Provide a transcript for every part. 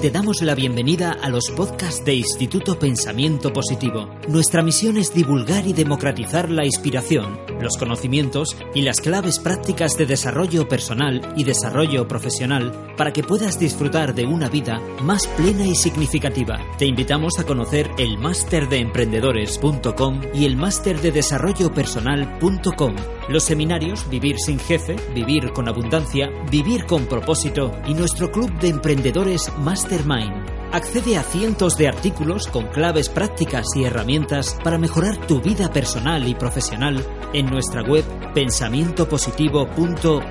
te damos la bienvenida a los podcasts de Instituto Pensamiento Positivo. Nuestra misión es divulgar y democratizar la inspiración, los conocimientos y las claves prácticas de desarrollo personal y desarrollo profesional para que puedas disfrutar de una vida más plena y significativa. Te invitamos a conocer el máster de emprendedores.com y el máster de desarrollopersonal.com. Los seminarios Vivir sin jefe, Vivir con abundancia, Vivir con propósito y nuestro club de emprendedores Mastermind. Accede a cientos de artículos con claves prácticas y herramientas para mejorar tu vida personal y profesional en nuestra web pensamientopositivo.org.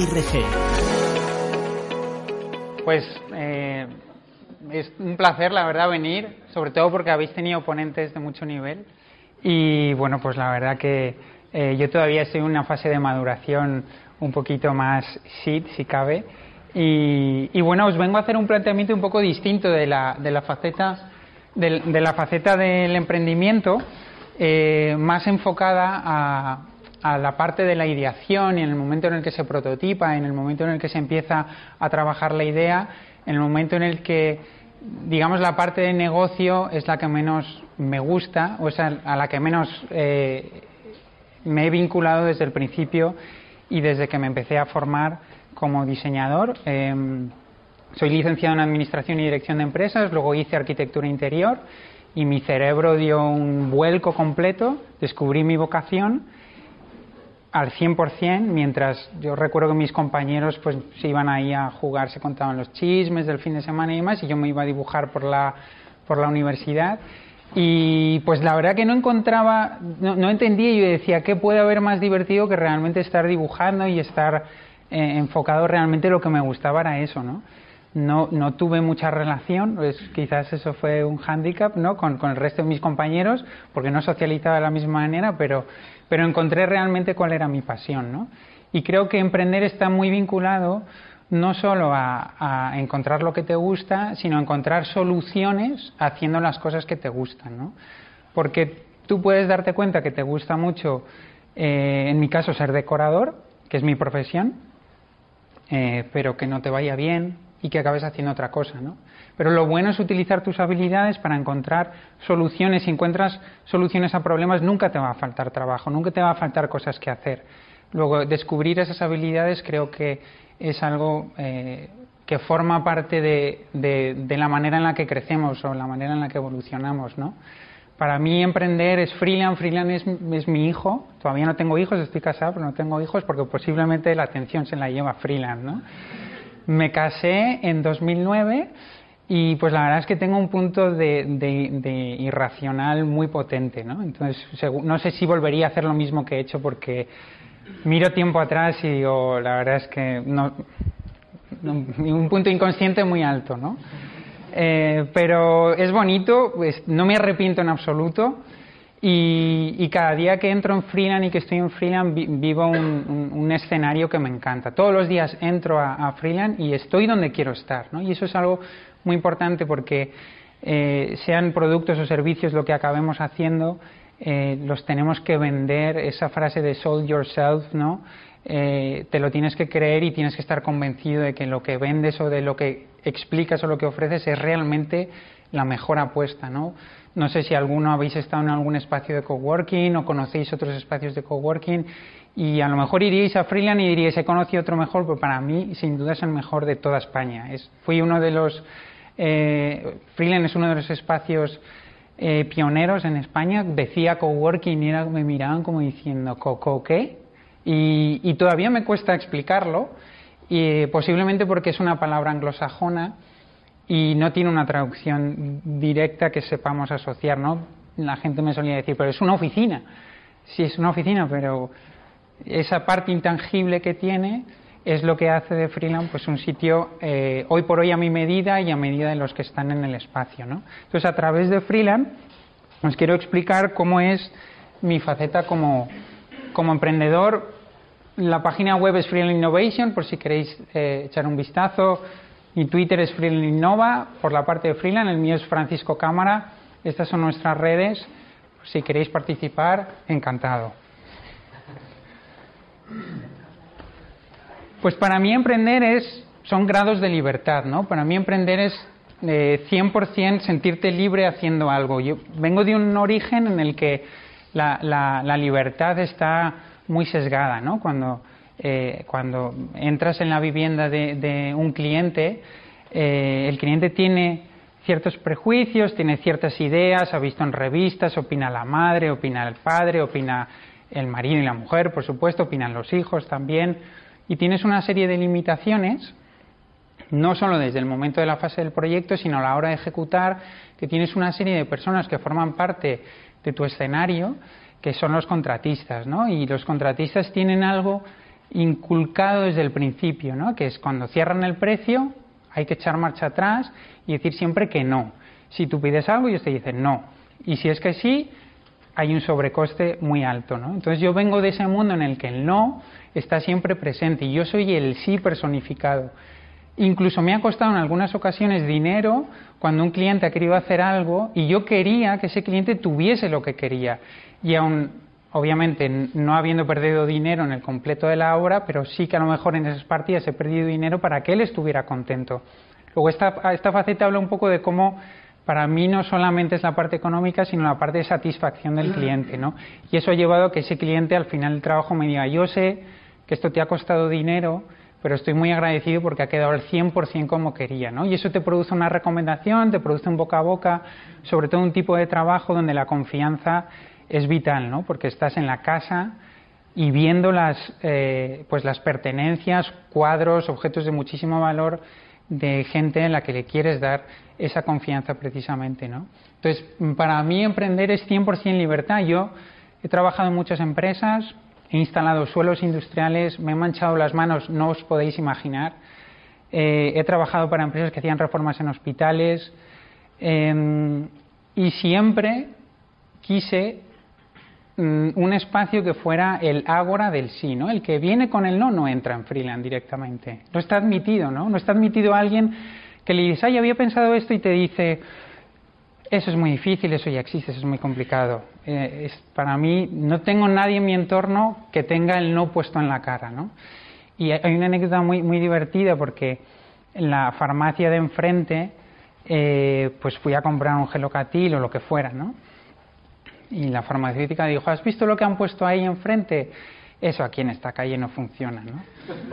Pues es un placer, la verdad, venir, sobre todo porque habéis tenido ponentes de mucho nivel y bueno, pues la verdad que yo todavía estoy en una fase de maduración un poquito más shit, si cabe. Y bueno, os vengo a hacer un planteamiento un poco distinto de la faceta del emprendimiento, más enfocada a la parte de la ideación y en el momento en el que se prototipa, en el momento en el que se empieza a trabajar la idea, en el momento en el que, digamos, la parte de negocio es la que menos me gusta, o es a la que menos me he vinculado desde el principio y desde que me empecé a formar como diseñador. Soy licenciado en Administración y Dirección de Empresas, luego hice Arquitectura Interior y mi cerebro dio un vuelco completo, descubrí mi vocación al 100%, mientras yo recuerdo que mis compañeros pues se iban ahí a jugar, se contaban los chismes del fin de semana y demás, y yo me iba a dibujar por la universidad. Y pues la verdad que no encontraba, no entendía, y yo decía, ¿qué puede haber más divertido que realmente estar dibujando y estar enfocado realmente? Lo que me gustaba era eso, ¿no? No tuve mucha relación, pues quizás eso fue un hándicap, ¿no? Con el resto de mis compañeros, porque no socializaba de la misma manera, pero encontré realmente cuál era mi pasión, ¿no? Y creo que emprender está muy vinculado no solo a encontrar lo que te gusta, sino a encontrar soluciones haciendo las cosas que te gustan, ¿no? Porque tú puedes darte cuenta que te gusta mucho, en mi caso, ser decorador, que es mi profesión, pero que no te vaya bien y que acabes haciendo otra cosa, ¿no? Pero lo bueno es utilizar tus habilidades para encontrar soluciones. Si encuentras soluciones a problemas, nunca te va a faltar trabajo, nunca te va a faltar cosas que hacer. Luego, descubrir esas habilidades creo que es algo que forma parte de la manera en la que crecemos o la manera en la que evolucionamos, ¿no? Para mí emprender es freelance. Freelance es mi hijo. Todavía no tengo hijos, estoy casado, pero no tengo hijos porque posiblemente la atención se la lleva freelance, ¿no? Me casé en 2009 y pues la verdad es que tengo un punto de irracional muy potente, ¿no? Entonces no sé si volvería a hacer lo mismo que he hecho, porque miro tiempo atrás y digo, la verdad es que un punto inconsciente muy alto, ¿no? Pero es bonito, pues no me arrepiento en absoluto, y cada día que entro en freelance y que estoy en freelance vivo un escenario que me encanta. Todos los días entro a freelance y estoy donde quiero estar, ¿no? Y eso es algo muy importante porque sean productos o servicios lo que acabemos haciendo, los tenemos que vender. Esa frase de sold yourself, ¿no? Te lo tienes que creer y tienes que estar convencido de que lo que vendes o de lo que explicas o lo que ofreces es realmente la mejor apuesta, ¿no? No sé si alguno habéis estado en algún espacio de coworking o conocéis otros espacios de coworking y a lo mejor iríais a freelance y diríais, he conocido otro mejor, pero para mí sin duda es el mejor de toda España. Fui uno de los freelance es uno de los espacios pioneros en España. Decía coworking y me miraban como diciendo, ¿qué? Y todavía me cuesta explicarlo, y posiblemente porque es una palabra anglosajona y no tiene una traducción directa que sepamos asociar, ¿no? La gente me solía decir, pero es una oficina. Sí, es una oficina, pero esa parte intangible que tiene es lo que hace de freelance pues un sitio hoy por hoy a mi medida y a medida de los que están en el espacio, ¿no? Entonces, a través de freelance os quiero explicar cómo es mi faceta como emprendedor. La página web es Freelance Innovation, por si queréis echar un vistazo. Mi Twitter es Freelance Innova, por la parte de freelance. El mío es Francisco Cámara. Estas son nuestras redes. Si queréis participar, encantado. Pues para mí emprender son grados de libertad, ¿no? Para mí emprender es 100% sentirte libre haciendo algo. Yo vengo de un origen en el que la libertad está muy sesgada, ¿no? Cuando entras en la vivienda de un cliente, el cliente tiene ciertos prejuicios, tiene ciertas ideas, ha visto en revistas, opina la madre, opina el padre, opina el marido y la mujer, por supuesto, opinan los hijos también, y tienes una serie de limitaciones, no solo desde el momento de la fase del proyecto, sino a la hora de ejecutar, que tienes una serie de personas que forman parte de tu escenario, que son los contratistas, ¿no? Y los contratistas tienen algo inculcado desde el principio, ¿no? Que es cuando cierran el precio, hay que echar marcha atrás y decir siempre que no. Si tú pides algo, ellos te dicen no. Y si es que sí, hay un sobrecoste muy alto, ¿no? Entonces yo vengo de ese mundo en el que el no está siempre presente y yo soy el sí personificado. Incluso me ha costado en algunas ocasiones dinero cuando un cliente ha querido hacer algo y yo quería que ese cliente tuviese lo que quería. Y aún, obviamente, no habiendo perdido dinero en el completo de la obra, pero sí que a lo mejor en esas partidas he perdido dinero para que él estuviera contento. Luego esta faceta habla un poco de cómo para mí no solamente es la parte económica, sino la parte de satisfacción del cliente, ¿no? Y eso ha llevado a que ese cliente al final del trabajo me diga, yo sé que esto te ha costado dinero, pero estoy muy agradecido porque ha quedado al 100% como quería, ¿no? Y eso te produce una recomendación, te produce un boca a boca, sobre todo un tipo de trabajo donde la confianza es vital, ¿no? Porque estás en la casa y viendo las pertenencias, cuadros, objetos de muchísimo valor de gente en la que le quieres dar esa confianza precisamente, ¿no? Entonces, para mí emprender es 100% libertad. Yo he trabajado en muchas empresas, he instalado suelos industriales, me he manchado las manos, no os podéis imaginar. He trabajado para empresas que hacían reformas en hospitales y siempre quise un espacio que fuera el ágora del sí, ¿no? El que viene con el no, no entra en freelance directamente. No está admitido, ¿no? No está admitido alguien que le dices, ay, había pensado esto y te dice, eso es muy difícil, eso ya existe, eso es muy complicado. Para mí, no tengo nadie en mi entorno que tenga el no puesto en la cara, ¿no? Y hay una anécdota muy, muy divertida porque en la farmacia de enfrente, pues fui a comprar un Gelocatil o lo que fuera, ¿no? Y la farmacéutica dijo, ¿has visto lo que han puesto ahí enfrente? Eso aquí en esta calle no funciona, ¿no?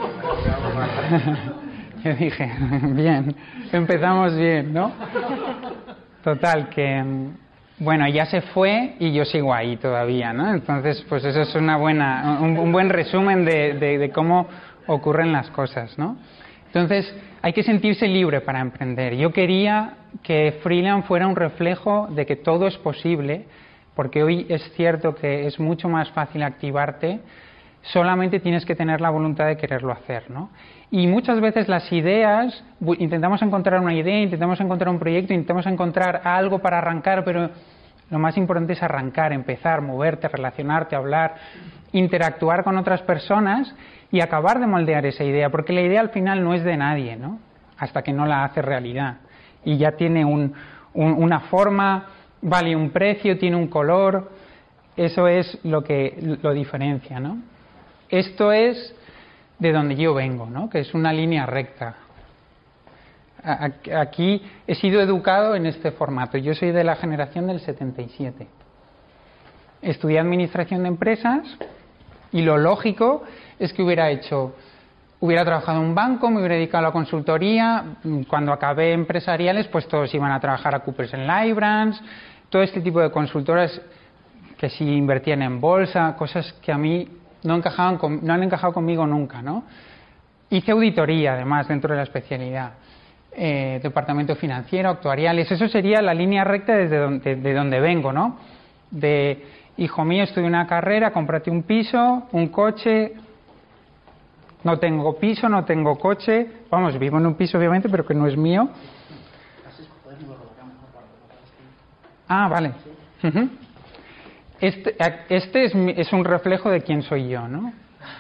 Yo dije, bien, empezamos bien, ¿no? Total, que, bueno, ya se fue y yo sigo ahí todavía, ¿no? Entonces, pues eso es un buen resumen de cómo ocurren las cosas, ¿no? Entonces, hay que sentirse libre para emprender. Yo quería que freelance fuera un reflejo de que todo es posible, porque hoy es cierto que es mucho más fácil activarte, solamente tienes que tener la voluntad de quererlo hacer, ¿no? Y muchas veces las ideas, intentamos encontrar una idea, intentamos encontrar un proyecto, intentamos encontrar algo para arrancar, pero lo más importante es arrancar, empezar, moverte, relacionarte, hablar, interactuar con otras personas y acabar de moldear esa idea, porque la idea al final no es de nadie, ¿no? Hasta que no la hace realidad. Y ya tiene una forma, vale un precio, tiene un color, eso es lo que lo diferencia, ¿no? Esto es de donde yo vengo, ¿no? Que es una línea recta. Aquí he sido educado en este formato. Yo soy de la generación del 77. Estudié administración de empresas y lo lógico es que hubiera trabajado en un banco, me hubiera dedicado a la consultoría. Cuando acabé empresariales, pues todos iban a trabajar a Coopers & Lybrand, todo este tipo de consultoras que sí invertían en bolsa, cosas que a mí no han encajado conmigo nunca, ¿no? Hice auditoría, además, dentro de la especialidad. Departamento financiero, actuariales, eso sería la línea recta de donde vengo, ¿no? De, hijo mío, estudié una carrera, cómprate un piso, un coche. No tengo piso, no tengo coche. Vamos, vivo en un piso, obviamente, pero que no es mío. Ah, vale. Uh-huh. Este es un reflejo de quién soy yo, ¿no?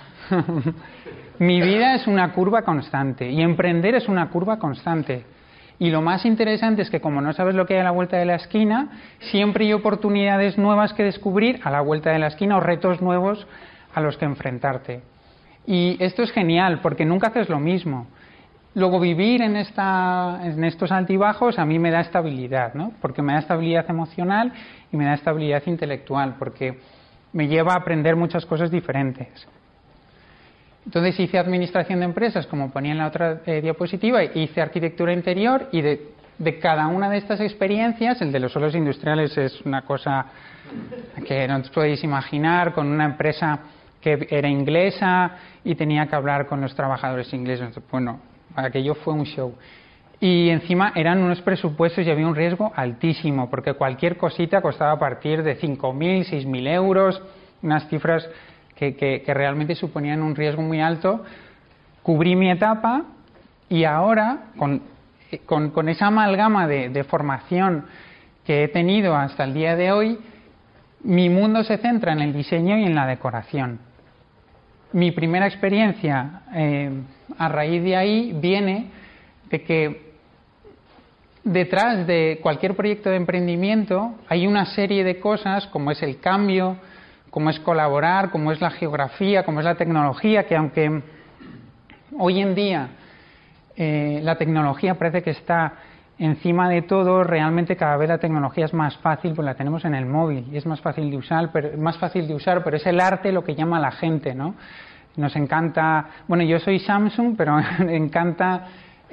Mi vida es una curva constante y emprender es una curva constante. Y lo más interesante es que como no sabes lo que hay a la vuelta de la esquina, siempre hay oportunidades nuevas que descubrir a la vuelta de la esquina o retos nuevos a los que enfrentarte. Y esto es genial porque nunca haces lo mismo. Luego vivir en estos altibajos a mí me da estabilidad, ¿no? Porque me da estabilidad emocional y me da estabilidad intelectual, porque me lleva a aprender muchas cosas diferentes. Entonces hice administración de empresas, como ponía en la otra diapositiva, hice arquitectura interior y de cada una de estas experiencias, el de los suelos industriales es una cosa que no os podéis imaginar, con una empresa que era inglesa y tenía que hablar con los trabajadores ingleses. Bueno, aquello fue un show. Y encima eran unos presupuestos y había un riesgo altísimo, porque cualquier cosita costaba a partir de 5.000, 6.000 euros, unas cifras que realmente suponían un riesgo muy alto. Cubrí mi etapa y ahora, con esa amalgama de formación que he tenido hasta el día de hoy, mi mundo se centra en el diseño y en la decoración. Mi primera experiencia a raíz de ahí viene de que detrás de cualquier proyecto de emprendimiento hay una serie de cosas, como es el cambio, como es colaborar, como es la geografía, como es la tecnología, que aunque hoy en día la tecnología parece que está encima de todo, realmente cada vez la tecnología es más fácil, pues la tenemos en el móvil y es más fácil de usar, pero es el arte lo que llama a la gente, ¿no? Nos encanta, bueno, yo soy Samsung, pero me encanta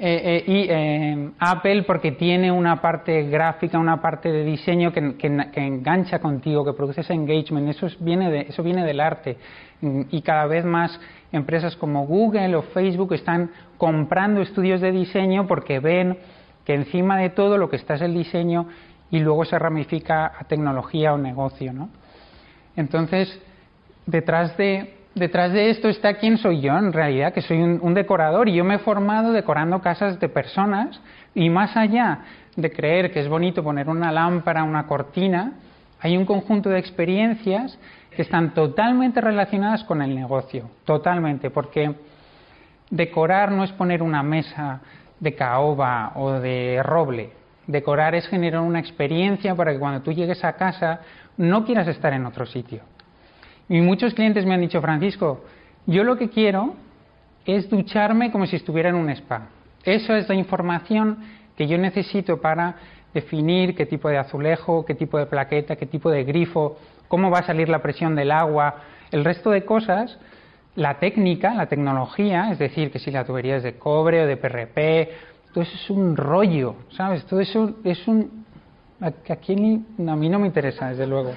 Apple porque tiene una parte gráfica, una parte de diseño que engancha contigo, que produce ese engagement. Eso viene del arte, y cada vez más empresas como Google o Facebook están comprando estudios de diseño porque ven que encima de todo lo que está es el diseño y luego se ramifica a tecnología o negocio, ¿no? Entonces, detrás de esto está quién soy yo en realidad, que soy un decorador, y yo me he formado decorando casas de personas, y más allá de creer que es bonito poner una lámpara, una cortina, hay un conjunto de experiencias que están totalmente relacionadas con el negocio, totalmente, porque decorar no es poner una mesa de caoba o de roble. Decorar es generar una experiencia para que cuando tú llegues a casa no quieras estar en otro sitio. Y muchos clientes me han dicho: Francisco, yo lo que quiero es ducharme como si estuviera en un spa. Eso es la información que yo necesito para definir qué tipo de azulejo, qué tipo de plaqueta, qué tipo de grifo, cómo va a salir la presión del agua. El resto de cosas, la técnica, la tecnología, es decir, que si la tubería es de cobre o de PRP, todo eso es un rollo, ¿sabes? Todo eso es un... a mí no me interesa, desde luego.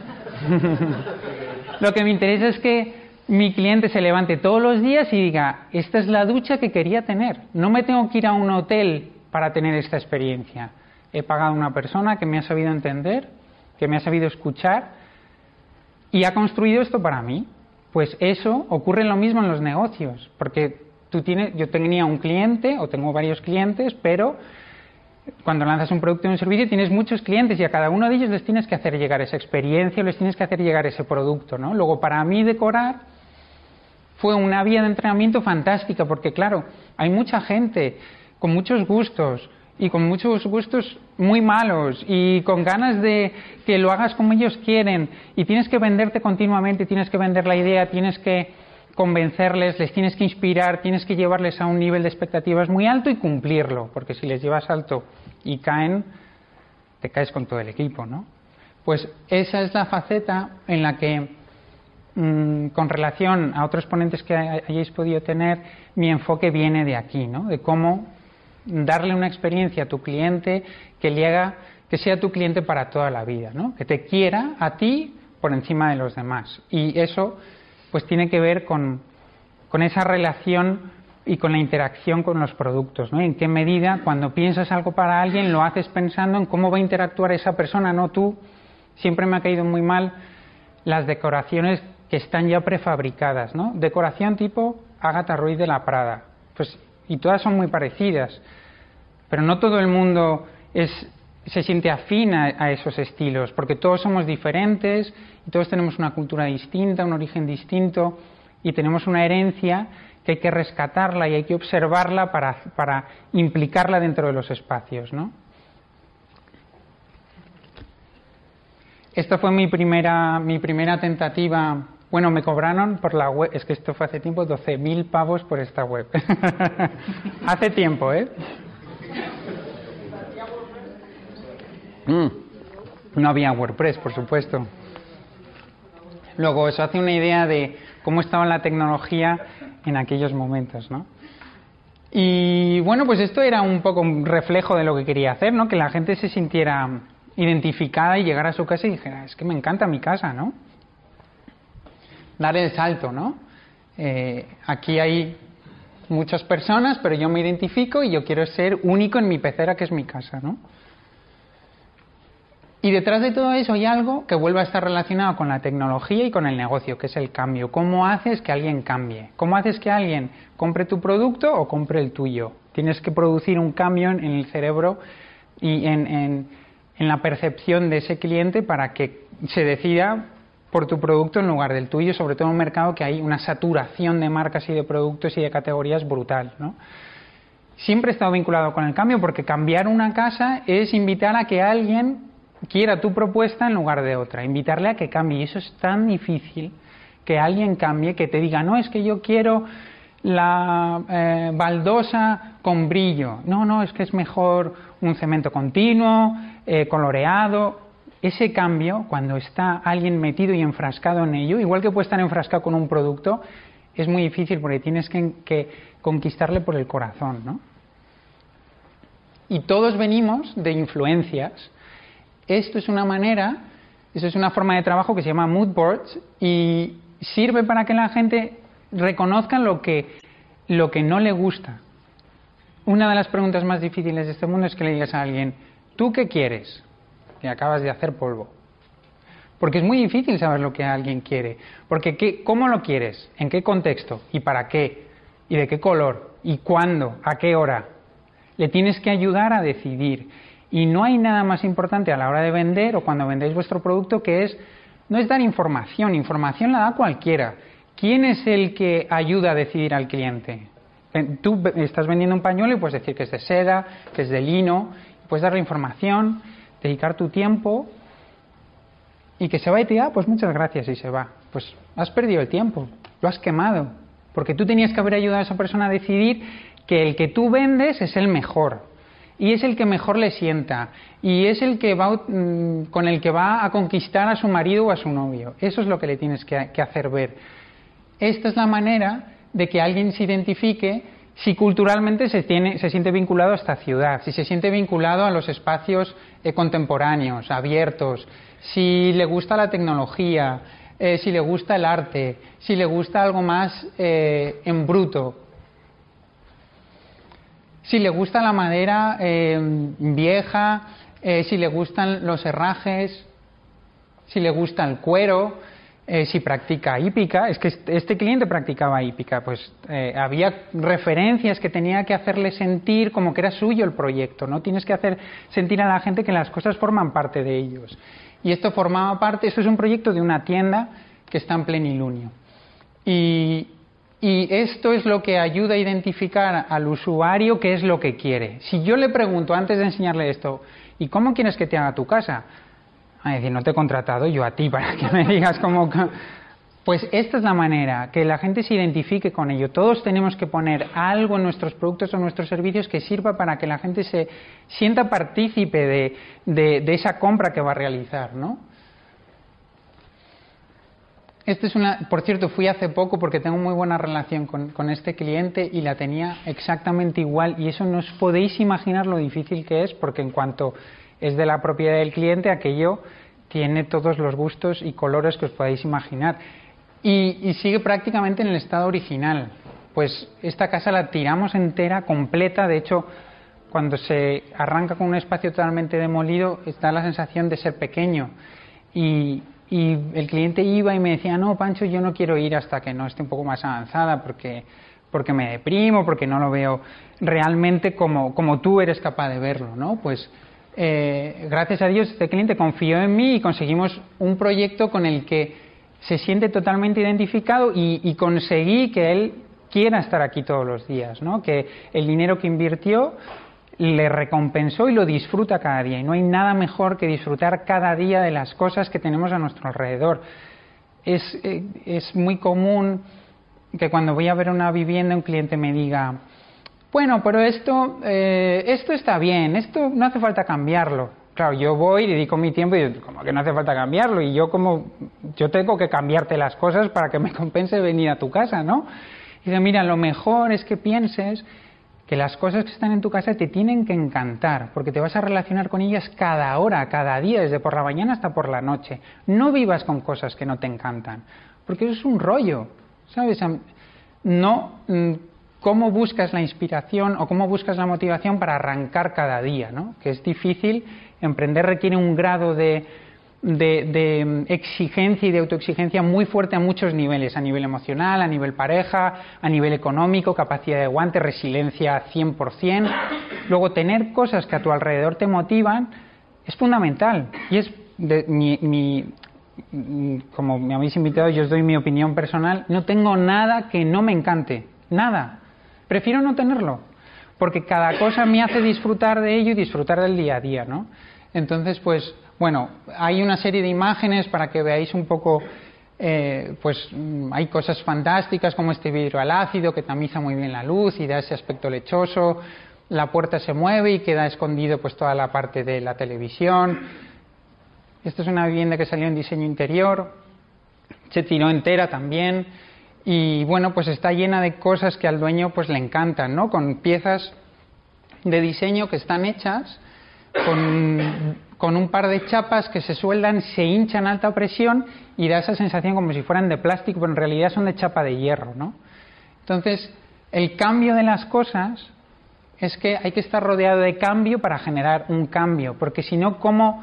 Lo que me interesa es que mi cliente se levante todos los días y diga: esta es la ducha que quería tener. No me tengo que ir a un hotel para tener esta experiencia. He pagado a una persona que me ha sabido entender, que me ha sabido escuchar y ha construido esto para mí. Pues eso ocurre lo mismo en los negocios, porque yo tenía un cliente o tengo varios clientes, pero cuando lanzas un producto o un servicio tienes muchos clientes y a cada uno de ellos les tienes que hacer llegar esa experiencia, les tienes que hacer llegar ese producto, ¿no? Luego, para mí decorar fue una vía de entrenamiento fantástica, porque claro, hay mucha gente con muchos gustos y con muchos gustos muy malos y con ganas de que lo hagas como ellos quieren, y tienes que venderte continuamente, tienes que vender la idea, tienes que convencerles, les tienes que inspirar, tienes que llevarles a un nivel de expectativas muy alto y cumplirlo, porque si les llevas alto y caen, te caes con todo el equipo, ¿no? Pues esa es la faceta en la que, con relación a otros ponentes que hayáis podido tener, mi enfoque viene de aquí, ¿no? De cómo darle una experiencia a tu cliente que sea tu cliente para toda la vida, ¿no? Que te quiera a ti por encima de los demás. Y eso pues tiene que ver con esa relación y con la interacción con los productos, ¿no? En qué medida, cuando piensas algo para alguien, lo haces pensando en cómo va a interactuar esa persona, no tú. Siempre me ha caído muy mal las decoraciones que están ya prefabricadas, ¿no? Decoración tipo Agatha Ruiz de la Prada. Pues, y todas son muy parecidas, pero no todo el mundo se siente afín a esos estilos, porque todos somos diferentes y todos tenemos una cultura distinta, un origen distinto, y tenemos una herencia que hay que rescatarla y hay que observarla para implicarla dentro de los espacios, ¿no? Esta fue mi primera tentativa Bueno, me cobraron por la web, es que esto fue hace tiempo, 12.000 pavos por esta web. Hace tiempo, ¿eh? No había WordPress, por supuesto. Luego, eso hace una idea de cómo estaba la tecnología en aquellos momentos, ¿no? Y bueno, pues esto era un poco un reflejo de lo que quería hacer, ¿no? Que la gente se sintiera identificada y llegara a su casa y dijera, es que me encanta mi casa, ¿no? Dar el salto, ¿no? Aquí hay muchas personas, pero yo me identifico y yo quiero ser único en mi pecera, que es mi casa, ¿no? Y detrás de todo eso hay algo que vuelve a estar relacionado con la tecnología y con el negocio, que es el cambio. ¿Cómo haces que alguien cambie? ¿Cómo haces que alguien compre tu producto o compre el tuyo? Tienes que producir un cambio en el cerebro y en la percepción de ese cliente para que se decida por tu producto en lugar del tuyo, sobre todo en un mercado que hay una saturación de marcas y de productos y de categorías brutal, ¿no? Siempre he estado vinculado con el cambio, porque cambiar una casa es invitar a que alguien quiera tu propuesta en lugar de otra, invitarle a que cambie. Y eso es tan difícil, que alguien cambie, que te diga, no, es que yo quiero la baldosa con brillo. No, es que es mejor un cemento continuo, coloreado. Ese cambio, cuando está alguien metido y enfrascado en ello, igual que puede estar enfrascado con un producto, es muy difícil porque tienes que conquistarle por el corazón, ¿no? Y todos venimos de influencias. Esto es una manera, eso es una forma de trabajo que se llama mood boards y sirve para que la gente reconozca lo que no le gusta. Una de las preguntas más difíciles de este mundo es que le digas a alguien, ¿tú qué quieres? Que acabas de hacer polvo. Porque es muy difícil saber lo que alguien quiere. Porque ¿cómo lo quieres? ¿En qué contexto? ¿Y para qué? ¿Y de qué color? ¿Y cuándo? ¿A qué hora? Le tienes que ayudar a decidir. Y no hay nada más importante a la hora de vender o cuando vendéis vuestro producto que no es dar información. Información la da cualquiera. ¿Quién es el que ayuda a decidir al cliente? Tú estás vendiendo un pañuelo y puedes decir que es de seda, que es de lino, puedes darle información, dedicar tu tiempo y que se va y te diga, pues muchas gracias, y se va. Pues has perdido el tiempo, lo has quemado, porque tú tenías que haber ayudado a esa persona a decidir que el que tú vendes es el mejor y es el que mejor le sienta y es el que con el que va a conquistar a su marido o a su novio. Eso es lo que le tienes que hacer ver. Esta es la manera de que alguien se identifique si culturalmente se siente vinculado a esta ciudad, si se siente vinculado a los espacios contemporáneos, abiertos, si le gusta la tecnología, si le gusta el arte, si le gusta algo más en bruto, si le gusta la madera vieja, si le gustan los herrajes, si le gusta el cuero, si practica hípica. Es que este cliente practicaba hípica, pues había referencias que tenía que hacerle sentir como que era suyo el proyecto, ¿no? Tienes que hacer sentir a la gente que las cosas forman parte de ellos. Y esto formaba parte, esto es un proyecto de una tienda que está en plenilunio. Y esto es lo que ayuda a identificar al usuario qué es lo que quiere. Si yo le pregunto antes de enseñarle esto, ¿y cómo quieres que te haga tu casa? A decir, no te he contratado yo a ti para que me digas cómo... Pues esta es la manera, que la gente se identifique con ello. Todos tenemos que poner algo en nuestros productos o nuestros servicios que sirva para que la gente se sienta partícipe de esa compra que va a realizar, ¿no? Por cierto, fui hace poco porque tengo muy buena relación con este cliente y la tenía exactamente igual, y eso no os podéis imaginar lo difícil que es, porque en cuanto es de la propiedad del cliente, aquello tiene todos los gustos y colores que os podáis imaginar. Y sigue prácticamente en el estado original. Pues esta casa la tiramos entera, completa. De hecho, cuando se arranca con un espacio totalmente demolido, da la sensación de ser pequeño. Y el cliente iba y me decía, no, Pancho, yo no quiero ir hasta que no esté un poco más avanzada porque me deprimo, porque no lo veo realmente como tú eres capaz de verlo, ¿no? Pues gracias a Dios este cliente confió en mí y conseguimos un proyecto con el que se siente totalmente identificado y conseguí que él quiera estar aquí todos los días, ¿no? Que el dinero que invirtió le recompensó y lo disfruta cada día, y no hay nada mejor que disfrutar cada día de las cosas que tenemos a nuestro alrededor. es muy común que cuando voy a ver una vivienda un cliente me diga, bueno, pero esto está bien, esto no hace falta cambiarlo. Claro, yo voy, dedico mi tiempo y digo, como que no hace falta cambiarlo, y yo tengo que cambiarte las cosas para que me compense venir a tu casa, ¿no? Y dice, mira, lo mejor es que pienses que las cosas que están en tu casa te tienen que encantar, porque te vas a relacionar con ellas cada hora, cada día, desde por la mañana hasta por la noche. No vivas con cosas que no te encantan, porque eso es un rollo, ¿sabes? No, cómo buscas la inspiración o cómo buscas la motivación para arrancar cada día, ¿no? Que es difícil. Emprender requiere un grado de exigencia y de autoexigencia muy fuerte a muchos niveles, a nivel emocional, a nivel pareja, a nivel económico, capacidad de aguante, resiliencia 100%. Luego, tener cosas que a tu alrededor te motivan es fundamental. Y es como me habéis invitado, yo os doy mi opinión personal, no tengo nada que no me encante, nada. Prefiero no tenerlo, porque cada cosa me hace disfrutar de ello y disfrutar del día a día, ¿no? Entonces, pues, bueno, hay una serie de imágenes para que veáis un poco, pues hay cosas fantásticas como este vidrio al ácido que tamiza muy bien la luz y da ese aspecto lechoso. La puerta se mueve y queda escondido pues toda la parte de la televisión. Esta es una vivienda que salió en diseño interior, se tiró entera también. Y bueno, pues está llena de cosas que al dueño pues le encantan, ¿no? Con piezas de diseño que están hechas con un par de chapas que se sueldan, se hinchan a alta presión y da esa sensación como si fueran de plástico, pero en realidad son de chapa de hierro, ¿no? Entonces, el cambio de las cosas es que hay que estar rodeado de cambio para generar un cambio, porque si no,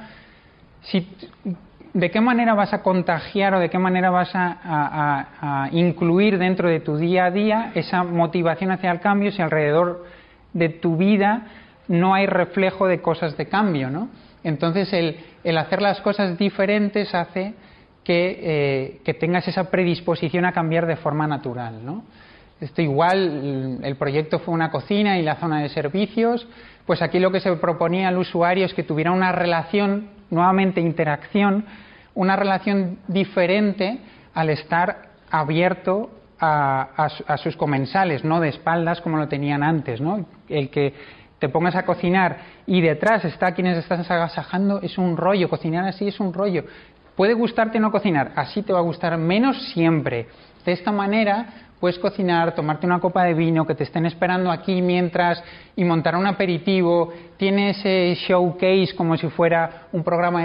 ¿de qué manera vas a contagiar o de qué manera vas a incluir dentro de tu día a día esa motivación hacia el cambio si alrededor de tu vida no hay reflejo de cosas de cambio, ¿no? Entonces el hacer las cosas diferentes hace que tengas esa predisposición a cambiar de forma natural, ¿no? Esto igual, el proyecto fue una cocina y la zona de servicios, pues aquí lo que se proponía al usuario es que tuviera una relación, nuevamente interacción, una relación diferente al estar abierto a sus comensales, no de espaldas como lo tenían antes, ¿no? El que te pongas a cocinar y detrás está quienes estás agasajando es un rollo, cocinar así es un rollo. Puede gustarte no cocinar, así te va a gustar menos siempre. De esta manera puedes cocinar, tomarte una copa de vino, que te estén esperando aquí mientras y montar un aperitivo. Tiene ese showcase como si fuera un programa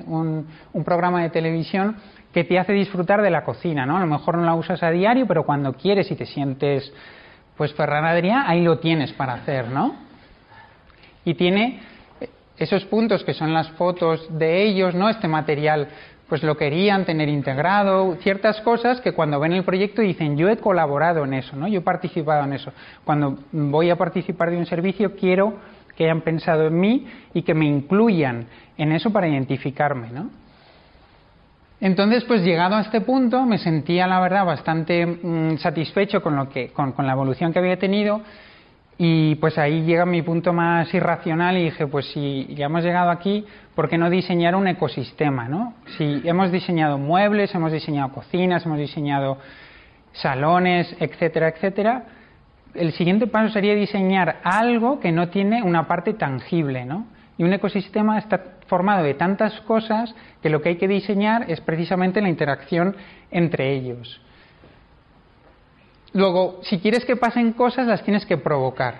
de televisión que te hace disfrutar de la cocina, ¿no? A lo mejor no la usas a diario, pero cuando quieres y te sientes pues Ferran Adrià, ahí lo tienes para hacer, ¿no? Y tiene esos puntos que son las fotos de ellos, ¿no? Este material pues lo querían tener integrado, ciertas cosas que cuando ven el proyecto dicen, yo he colaborado en eso, ¿no? Yo he participado en eso. Cuando voy a participar de un servicio quiero que hayan pensado en mí y que me incluyan en eso para identificarme, ¿no? Entonces, pues llegado a este punto me sentía, la verdad, bastante satisfecho con la evolución que había tenido. Y pues ahí llega mi punto más irracional y dije, pues si ya hemos llegado aquí, ¿por qué no diseñar un ecosistema, ¿no? Si hemos diseñado muebles, hemos diseñado cocinas, hemos diseñado salones, etcétera, etcétera, el siguiente paso sería diseñar algo que no tiene una parte tangible, ¿no? Y un ecosistema está formado de tantas cosas que lo que hay que diseñar es precisamente la interacción entre ellos. Luego, si quieres que pasen cosas, las tienes que provocar.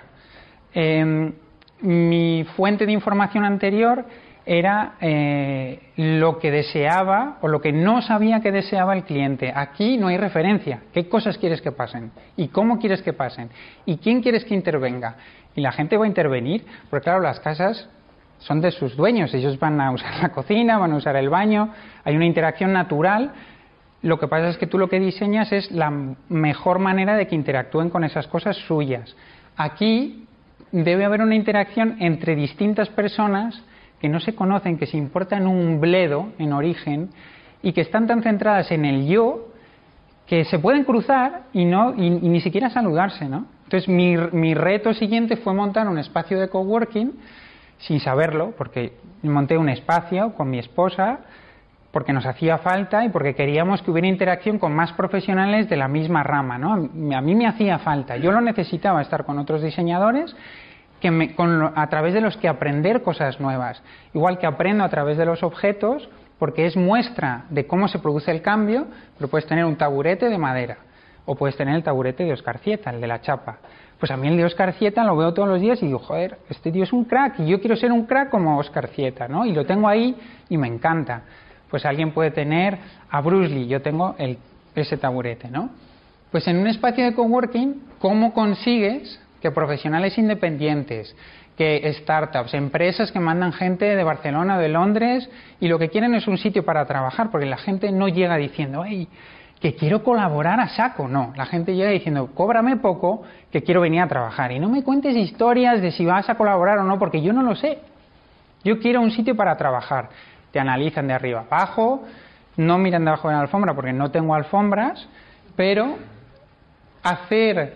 Mi fuente de información anterior era lo que deseaba o lo que no sabía que deseaba el cliente. Aquí no hay referencia. ¿Qué cosas quieres que pasen? ¿Y cómo quieres que pasen? ¿Y quién quieres que intervenga? Y la gente va a intervenir, porque claro, las casas son de sus dueños. Ellos van a usar la cocina, van a usar el baño. Hay una interacción natural. Lo que pasa es que tú lo que diseñas es la mejor manera de que interactúen con esas cosas suyas. Aquí debe haber una interacción entre distintas personas que no se conocen, que se importan un bledo en origen y que están tan centradas en el yo que se pueden cruzar y ni siquiera saludarse, ¿no? Entonces mi reto siguiente fue montar un espacio de coworking sin saberlo, porque monté un espacio con mi esposa porque nos hacía falta y porque queríamos que hubiera interacción con más profesionales de la misma rama, ¿no? A mí me hacía falta, yo lo necesitaba, estar con otros diseñadores a través de los que aprender cosas nuevas, igual que aprendo a través de los objetos, porque es muestra de cómo se produce el cambio, pero puedes tener un taburete de madera, o puedes tener el taburete de Óscar Zieta, el de la chapa. Pues a mí el de Óscar Zieta lo veo todos los días y digo, joder, este tío es un crack y yo quiero ser un crack como Óscar Zieta, ¿no? Y lo tengo ahí y me encanta. Pues alguien puede tener a Bruce Lee, yo tengo ese taburete, ¿no? Pues en un espacio de coworking, ¿cómo consigues que profesionales independientes, que startups, empresas que mandan gente de Barcelona o de Londres y lo que quieren es un sitio para trabajar? Porque la gente no llega diciendo, hey, que quiero colaborar a saco, no, la gente llega diciendo, cóbrame poco, que quiero venir a trabajar y no me cuentes historias de si vas a colaborar o no, porque yo no lo sé, yo quiero un sitio para trabajar. Te analizan de arriba abajo, no miran debajo de la alfombra porque no tengo alfombras, pero hacer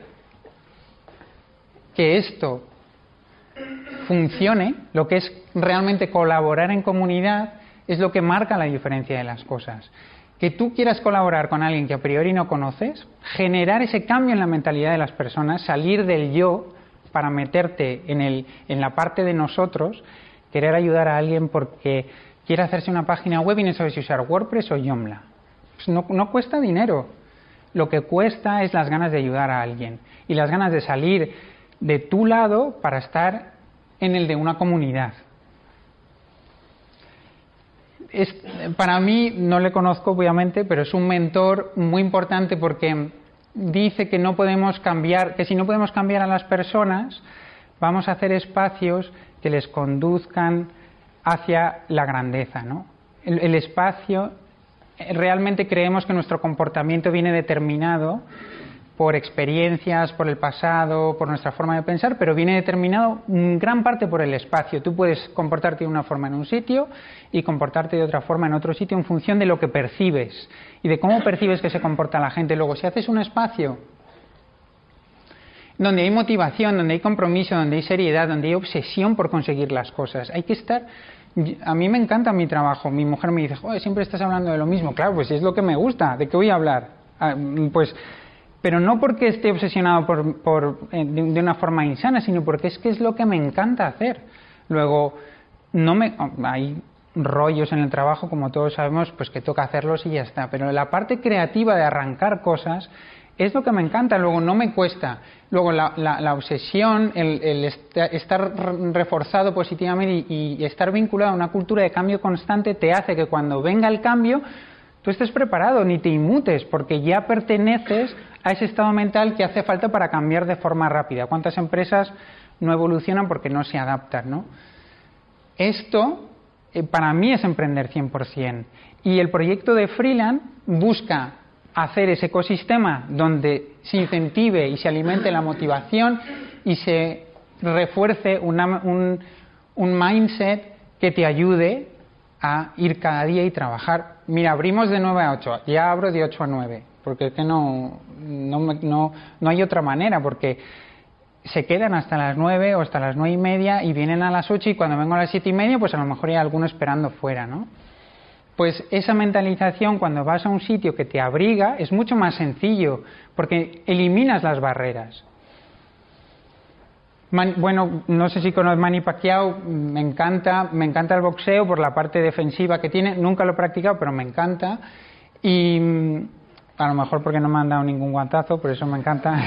que esto funcione, lo que es realmente colaborar en comunidad, es lo que marca la diferencia de las cosas. Que tú quieras colaborar con alguien que a priori no conoces, generar ese cambio en la mentalidad de las personas, salir del yo para meterte en la parte de nosotros, querer ayudar a alguien porque quiere hacerse una página web y no sabe si usar WordPress o Joomla. Pues no cuesta dinero. Lo que cuesta es las ganas de ayudar a alguien y las ganas de salir de tu lado para estar en el de una comunidad. Para mí, no le conozco obviamente, pero es un mentor muy importante porque dice que no podemos cambiar, que si no podemos cambiar a las personas, vamos a hacer espacios que les conduzcan hacia la grandeza, ¿no? El espacio, realmente creemos que nuestro comportamiento viene determinado por experiencias, por el pasado, por nuestra forma de pensar, pero viene determinado en gran parte por el espacio. Tú puedes comportarte de una forma en un sitio y comportarte de otra forma en otro sitio en función de lo que percibes y de cómo percibes que se comporta la gente. Luego, si haces un espacio donde hay motivación, donde hay compromiso, donde hay seriedad, donde hay obsesión por conseguir las cosas, hay que estar... A mí me encanta mi trabajo. Mi mujer me dice, joder, siempre estás hablando de lo mismo. Claro, pues es lo que me gusta. ¿De qué voy a hablar? Pero no porque esté obsesionado de una forma insana, sino porque es lo que me encanta hacer. Luego, hay rollos en el trabajo, como todos sabemos, pues que toca hacerlos y ya está. Pero la parte creativa de arrancar cosas es lo que me encanta. Luego, no me cuesta. Luego, la obsesión, el estar reforzado positivamente y estar vinculado a una cultura de cambio constante te hace que cuando venga el cambio tú estés preparado, ni te inmutes, porque ya perteneces a ese estado mental que hace falta para cambiar de forma rápida. ¿Cuántas empresas no evolucionan porque no se adaptan, ¿no? Esto, para mí, es emprender 100%. Y el proyecto de Freeland busca hacer ese ecosistema donde se incentive y se alimente la motivación y se refuerce un mindset que te ayude a ir cada día y trabajar. Mira, abrimos de 9 a 8, ya abro de 8 a 9, porque es que no hay otra manera, porque se quedan hasta las 9 o hasta las 9 y media y vienen a las 8 y cuando vengo a las 7 y media, pues a lo mejor hay alguno esperando fuera, ¿no? Pues esa mentalización cuando vas a un sitio que te abriga es mucho más sencillo, porque eliminas las barreras. Bueno, no sé si conoces Manny Pacquiao, me encanta el boxeo por la parte defensiva que tiene, nunca lo he practicado, pero me encanta, y a lo mejor porque no me han dado ningún guantazo, por eso me encanta.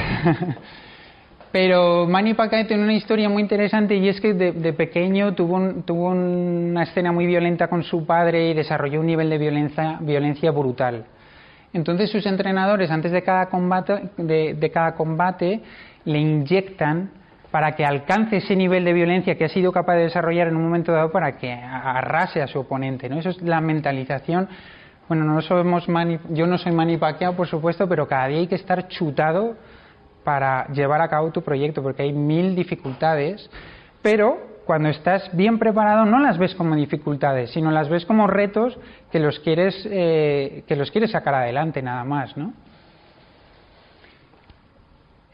Pero Manny Pacquiao tiene una historia muy interesante y es que de pequeño tuvo una escena muy violenta con su padre y desarrolló un nivel de violencia brutal. Entonces sus entrenadores antes de cada combate le inyectan para que alcance ese nivel de violencia que ha sido capaz de desarrollar en un momento dado para que arrase a su oponente, ¿no? Eso es la mentalización. Bueno, yo no soy Manny Pacquiao, por supuesto, pero cada día hay que estar chutado para llevar a cabo tu proyecto, porque hay 1000 dificultades, pero cuando estás bien preparado no las ves como dificultades, sino las ves como retos que los quieres sacar adelante, nada más, ¿no?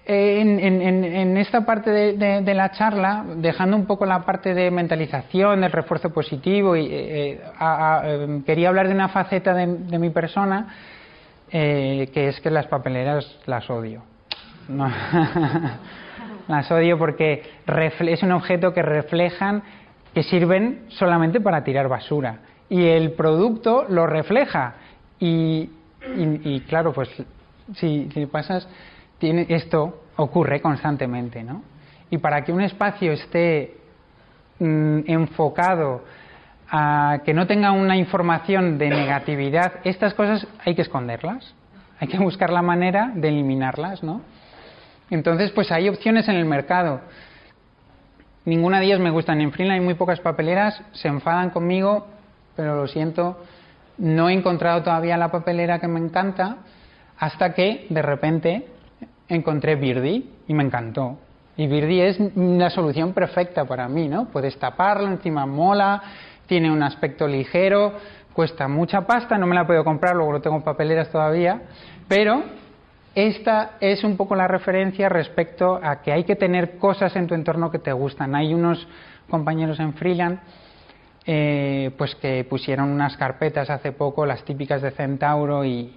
en esta parte de la charla, dejando un poco la parte de mentalización, del refuerzo positivo, quería hablar de una faceta de mi persona, que es que las papeleras las odio. No. Las odio porque es un objeto que reflejan, que sirven solamente para tirar basura. Y el producto lo refleja. Y claro, pues si pasas, esto ocurre constantemente, ¿no? Y para que un espacio esté enfocado a que no tenga una información de negatividad, estas cosas hay que esconderlas. Hay que buscar la manera de eliminarlas, ¿no? Entonces, pues hay opciones en el mercado. Ninguna de ellas me gustan. En Freeland hay muy pocas papeleras, se enfadan conmigo, pero lo siento, no he encontrado todavía la papelera que me encanta, hasta que de repente encontré Birdie y me encantó. Y Birdie es la solución perfecta para mí, ¿no? Puedes taparlo, encima mola, tiene un aspecto ligero, cuesta mucha pasta, no me la puedo comprar, luego no tengo papeleras todavía, pero esta es un poco la referencia respecto a que hay que tener cosas en tu entorno que te gustan. Hay unos compañeros en Freeland pues que pusieron unas carpetas hace poco, las típicas de Centauro, y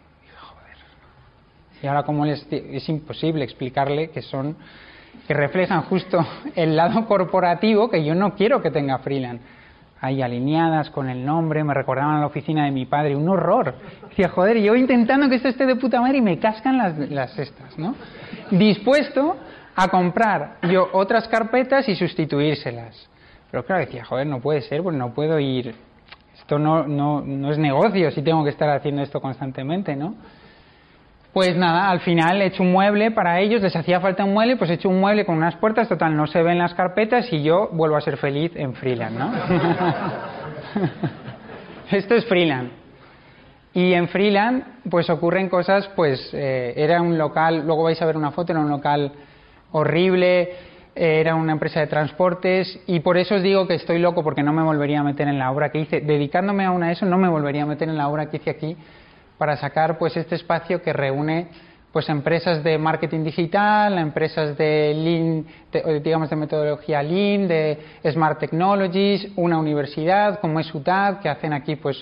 ahora como es imposible explicarle que reflejan justo el lado corporativo que yo no quiero que tenga Freeland. Ahí alineadas con el nombre, me recordaban a la oficina de mi padre, un horror. Decía, joder, yo intentando que esto esté de puta madre y me cascan las estas, ¿no? Dispuesto a comprar yo otras carpetas y sustituírselas. Pero claro, decía, joder, no puede ser, pues no puedo ir, esto no es negocio si tengo que estar haciendo esto constantemente, ¿no? Pues nada, al final he hecho un mueble para ellos, les hacía falta un mueble, pues he hecho un mueble con unas puertas, total, no se ven las carpetas y yo vuelvo a ser feliz en Freeland, ¿no? Esto es Freeland. Y en Freeland, pues ocurren cosas, pues era un local, luego vais a ver una foto, era un local horrible, era una empresa de transportes, y por eso os digo que estoy loco porque no me volvería a meter en la obra que hice, dedicándome aún a eso, no me volvería a meter en la obra que hice aquí, para sacar pues este espacio que reúne pues empresas de marketing digital, empresas de Lean, digamos de metodología Lean, de Smart Technologies, una universidad como es UTAD, que hacen aquí pues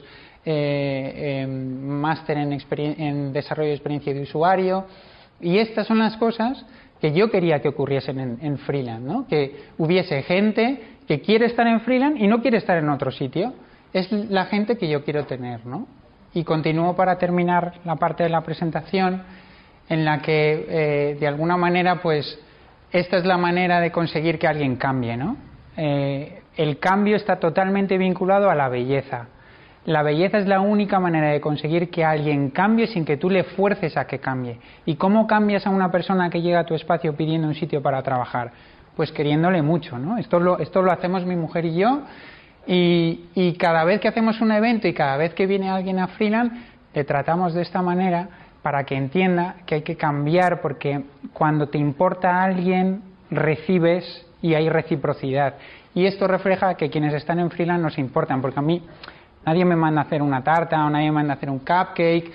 máster en desarrollo de experiencia de usuario, y estas son las cosas que yo quería que ocurriesen en Freeland, ¿no? Que hubiese gente que quiere estar en Freeland y no quiere estar en otro sitio. Es la gente que yo quiero tener, ¿no? Y continúo para terminar la parte de la presentación en la que de alguna manera pues esta es la manera de conseguir que alguien cambie, ¿no? El cambio está totalmente vinculado a la belleza. La belleza es la única manera de conseguir que alguien cambie sin que tú le fuerces a que cambie. ¿Y cómo cambias a una persona que llega a tu espacio pidiendo un sitio para trabajar? Pues queriéndole mucho, ¿no? Esto lo hacemos mi mujer y yo. Y cada vez que hacemos un evento y cada vez que viene alguien a Freeland, le tratamos de esta manera para que entienda que hay que cambiar, porque cuando te importa a alguien, recibes y hay reciprocidad. Y esto refleja que quienes están en Freeland nos importan, porque a mí nadie me manda a hacer una tarta o nadie me manda a hacer un cupcake,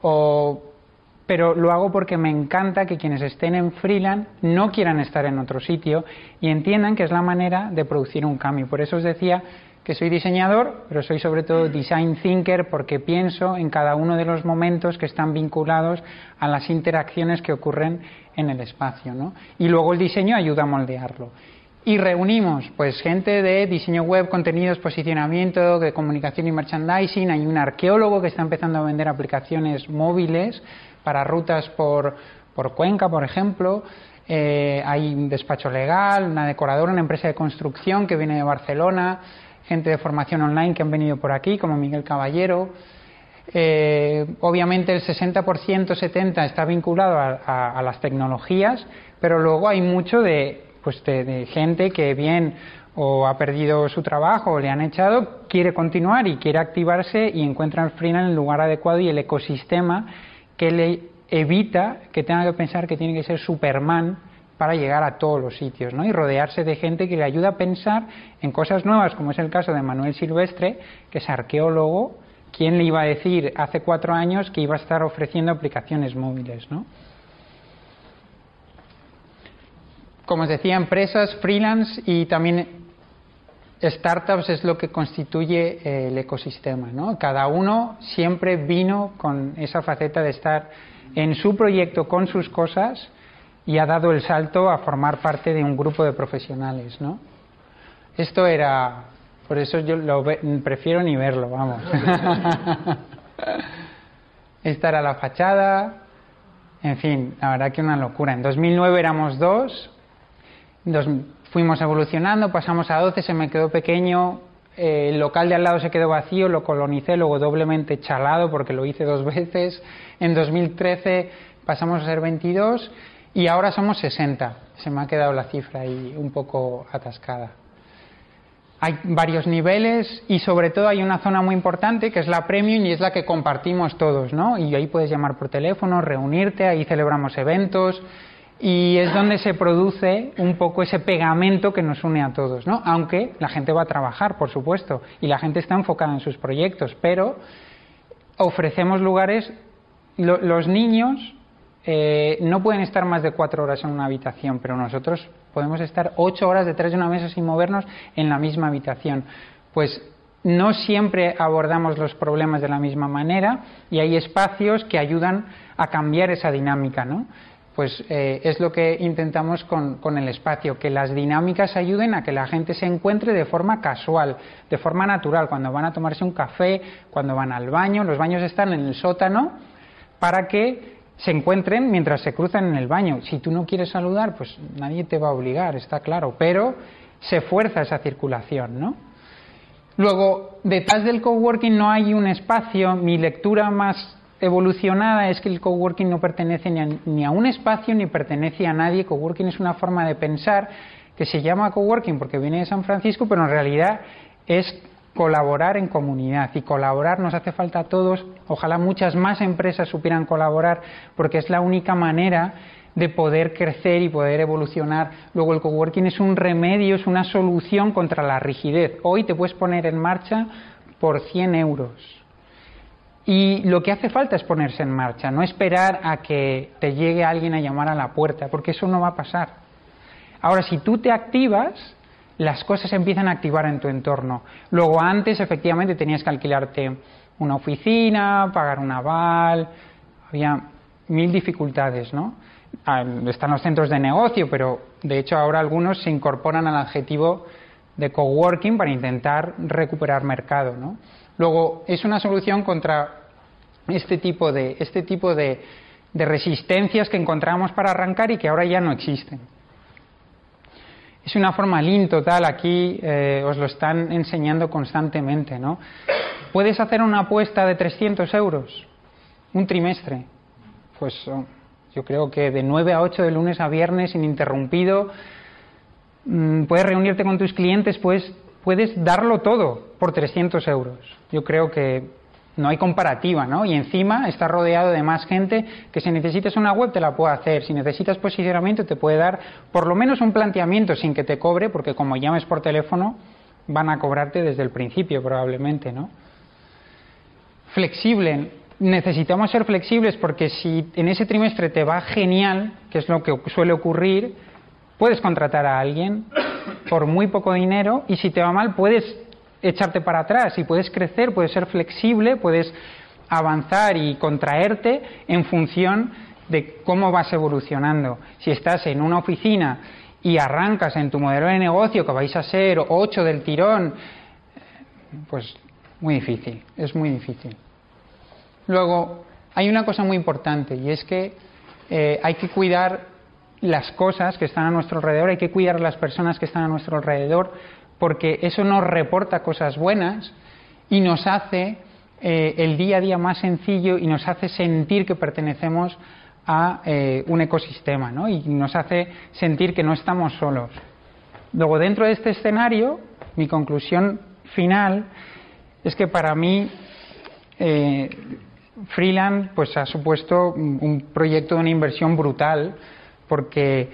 pero lo hago porque me encanta que quienes estén en Freeland no quieran estar en otro sitio y entiendan que es la manera de producir un cambio. Por eso os decía que soy diseñador, pero soy sobre todo design thinker, porque pienso en cada uno de los momentos que están vinculados a las interacciones que ocurren en el espacio, ¿no? Y luego el diseño ayuda a moldearlo. Y reunimos pues gente de diseño web, contenidos, posicionamiento, de comunicación y merchandising. Hay un arqueólogo que está empezando a vender aplicaciones móviles para rutas por Cuenca, por ejemplo. Hay un despacho legal, una decoradora, una empresa de construcción que viene de Barcelona, gente de formación online que han venido por aquí, como Miguel Caballero. Obviamente el 60%, 70% está vinculado a las tecnologías, pero luego hay mucho de gente que bien o ha perdido su trabajo o le han echado, quiere continuar y quiere activarse y encuentra en Freeland el lugar adecuado y el ecosistema que le evita que tenga que pensar que tiene que ser Superman para llegar a todos los sitios, ¿no? Y rodearse de gente que le ayuda a pensar en cosas nuevas, como es el caso de Manuel Silvestre, que es arqueólogo. ¿Quién le iba a decir hace 4 años que iba a estar ofreciendo aplicaciones móviles, ¿no? como os decía, empresas, freelance y también startups es lo que constituye el ecosistema, ¿no? Cada uno siempre vino con esa faceta de estar en su proyecto con sus cosas y ha dado el salto a formar parte de un grupo de profesionales, ¿no? Esto era... Por eso yo prefiero ni verlo, vamos. Esta era la fachada. En fin, la verdad que una locura. En 2009 éramos 2. Fuimos evolucionando, pasamos a 12, se me quedó pequeño. El local de al lado se quedó vacío, lo colonicé, luego doblemente chalado porque lo hice 2 veces. En 2013 pasamos a ser 22 y ahora somos 60. Se me ha quedado la cifra ahí un poco atascada. Hay varios niveles y sobre todo hay una zona muy importante que es la premium y es la que compartimos todos, ¿no? Y ahí puedes llamar por teléfono, reunirte, ahí celebramos eventos y es donde se produce un poco ese pegamento que nos une a todos, ¿no? Aunque la gente va a trabajar, por supuesto, y la gente está enfocada en sus proyectos, pero ofrecemos lugares, los niños no pueden estar más de 4 horas en una habitación, pero nosotros podemos estar 8 horas detrás de una mesa sin movernos en la misma habitación. Pues no siempre abordamos los problemas de la misma manera y hay espacios que ayudan a cambiar esa dinámica, ¿no? Pues es lo que intentamos con el espacio, que las dinámicas ayuden a que la gente se encuentre de forma casual, de forma natural, cuando van a tomarse un café, cuando van al baño. Los baños están en el sótano para que se encuentren mientras se cruzan en el baño. Si tú no quieres saludar, pues nadie te va a obligar, está claro, pero se fuerza esa circulación, ¿no? Luego, detrás del coworking no hay un espacio. Mi lectura más evolucionada es que el coworking no pertenece ni a un espacio ni pertenece a nadie. Coworking es una forma de pensar que se llama coworking porque viene de San Francisco, pero en realidad es colaborar en comunidad, y colaborar nos hace falta a todos. Ojalá muchas más empresas supieran colaborar porque es la única manera de poder crecer y poder evolucionar. Luego el coworking es un remedio, es una solución contra la rigidez. Hoy te puedes poner en marcha por 100 euros y lo que hace falta es ponerse en marcha, no esperar a que te llegue alguien a llamar a la puerta, porque eso no va a pasar. Ahora, si tú te activas, las cosas empiezan a activar en tu entorno. Luego, antes efectivamente tenías que alquilarte una oficina, pagar un aval, había 1000 dificultades, ¿no? Están los centros de negocio, pero de hecho ahora algunos se incorporan al adjetivo de coworking para intentar recuperar mercado, ¿no? Luego, es una solución contra este tipo de resistencias que encontramos para arrancar y que ahora ya no existen. Es una forma lean total, aquí os lo están enseñando constantemente, ¿no? Puedes hacer una apuesta de 300 euros, un trimestre. Pues yo creo que de 9 a 8 de lunes a viernes ininterrumpido, puedes reunirte con tus clientes, puedes darlo todo por 300 euros. Yo creo que no hay comparativa, ¿no? Y encima está rodeado de más gente que si necesitas una web te la puede hacer, si necesitas posicionamiento te puede dar por lo menos un planteamiento sin que te cobre, porque como llames por teléfono van a cobrarte desde el principio probablemente, ¿no? Flexible. Necesitamos ser flexibles porque si en ese trimestre te va genial, que es lo que suele ocurrir, puedes contratar a alguien por muy poco dinero y si te va mal puedes echarte para atrás y puedes crecer, puedes ser flexible, puedes avanzar y contraerte en función de cómo vas evolucionando. Si estás en una oficina y arrancas en tu modelo de negocio que vais a ser 8 del tirón, pues muy difícil, es muy difícil. Luego, hay una cosa muy importante y es que hay que cuidar las cosas que están a nuestro alrededor, hay que cuidar las personas que están a nuestro alrededor, porque eso nos reporta cosas buenas y nos hace el día a día más sencillo y nos hace sentir que pertenecemos a un ecosistema, ¿no? Y nos hace sentir que no estamos solos. Luego, dentro de este escenario, mi conclusión final es que para mí Freeland pues ha supuesto un proyecto de una inversión brutal porque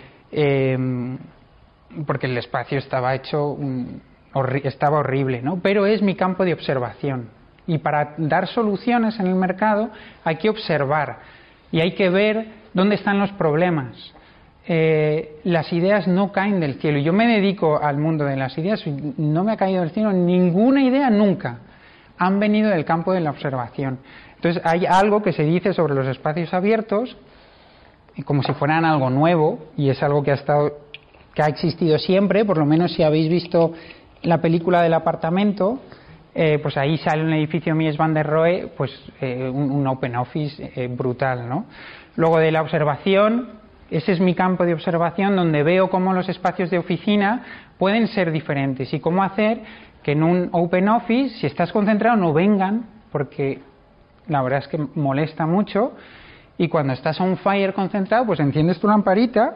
el espacio estaba estaba horrible, ¿no? Pero es mi campo de observación y para dar soluciones en el mercado hay que observar y hay que ver dónde están los problemas. las ideas no caen del cielo. Yo me dedico al mundo de las ideas y no me ha caído del cielo ninguna idea nunca. Han venido del campo de la observación. Entonces hay algo que se dice sobre los espacios abiertos como si fueran algo nuevo, y es algo que ha existido siempre. Por lo menos si habéis visto la película del apartamento, pues ahí sale un edificio Mies van der Rohe, pues un open office brutal, ¿no? Luego de la observación, ese es mi campo de observación, donde veo cómo los espacios de oficina pueden ser diferentes y cómo hacer que en un open office, si estás concentrado, no vengan, porque la verdad es que molesta mucho, y cuando estás on fire concentrado, pues enciendes tu lamparita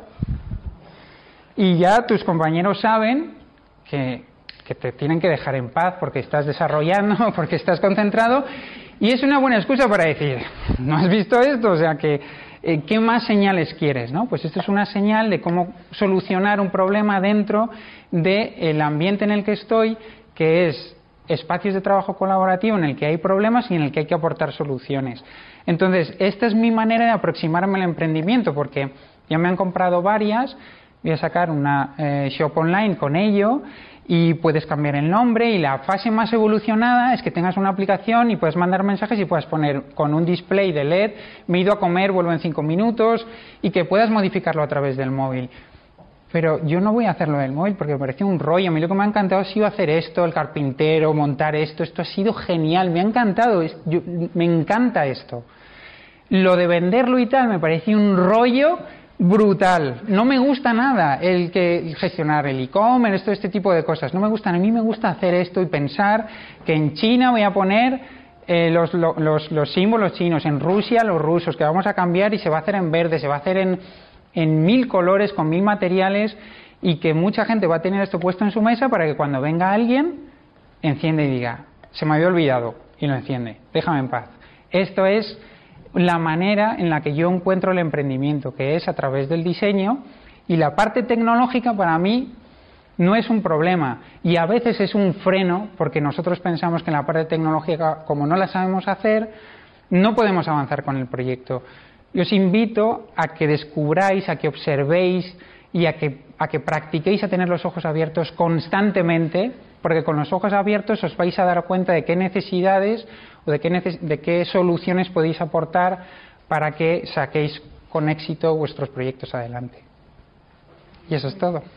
y ya tus compañeros saben que te tienen que dejar en paz porque estás desarrollando, porque estás concentrado, y es una buena excusa para decir, ¿no has visto esto? O sea, ¿qué más señales quieres, no? Pues esto es una señal de cómo solucionar un problema dentro del ambiente en el que estoy, que es espacios de trabajo colaborativo en el que hay problemas y en el que hay que aportar soluciones. Entonces, esta es mi manera de aproximarme al emprendimiento, porque ya me han comprado varias, voy a sacar una shop online con ello, y puedes cambiar el nombre, y la fase más evolucionada es que tengas una aplicación y puedes mandar mensajes y puedas poner con un display de LED, me he ido a comer, vuelvo en 5 minutos, y que puedas modificarlo a través del móvil. Pero yo no voy a hacerlo del móvil porque me pareció un rollo. A mí lo que me ha encantado ha sido hacer esto, el carpintero, montar esto ha sido genial, me ha encantado, me encanta esto. Lo de venderlo y tal me pareció un rollo brutal. No me gusta nada el gestionar el e-commerce, este tipo de cosas. No me gustan. A mí me gusta hacer esto y pensar que en China voy a poner los símbolos chinos, en Rusia los rusos, que vamos a cambiar y se va a hacer en verde, se va a hacer en 1000 colores, con 1000 materiales, y que mucha gente va a tener esto puesto en su mesa para que cuando venga alguien enciende y diga, se me había olvidado, y lo enciende, déjame en paz. Esto es la manera en la que yo encuentro el emprendimiento, que es a través del diseño, y la parte tecnológica para mí no es un problema, y a veces es un freno, porque nosotros pensamos que en la parte tecnológica, como no la sabemos hacer, no podemos avanzar con el proyecto. Yo os invito a que descubráis, a que observéis y a que practiquéis a tener los ojos abiertos constantemente, porque con los ojos abiertos os vais a dar cuenta de qué necesidades o de qué soluciones podéis aportar para que saquéis con éxito vuestros proyectos adelante. Y eso es todo.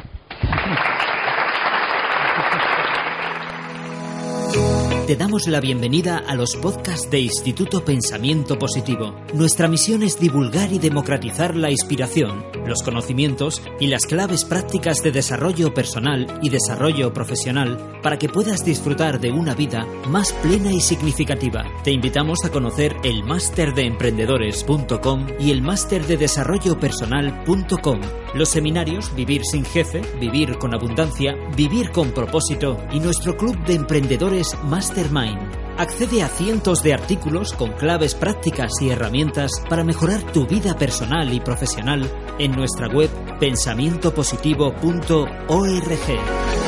Te damos la bienvenida a los podcasts de Instituto Pensamiento Positivo. Nuestra misión es divulgar y democratizar la inspiración, los conocimientos y las claves prácticas de desarrollo personal y desarrollo profesional para que puedas disfrutar de una vida más plena y significativa. Te invitamos a conocer el máster de emprendedores.com y el máster de desarrollopersonal.com. Los seminarios Vivir sin jefe, Vivir con abundancia, Vivir con propósito y nuestro club de emprendedores Mastermind. Accede a cientos de artículos con claves prácticas y herramientas para mejorar tu vida personal y profesional en nuestra web pensamientopositivo.org.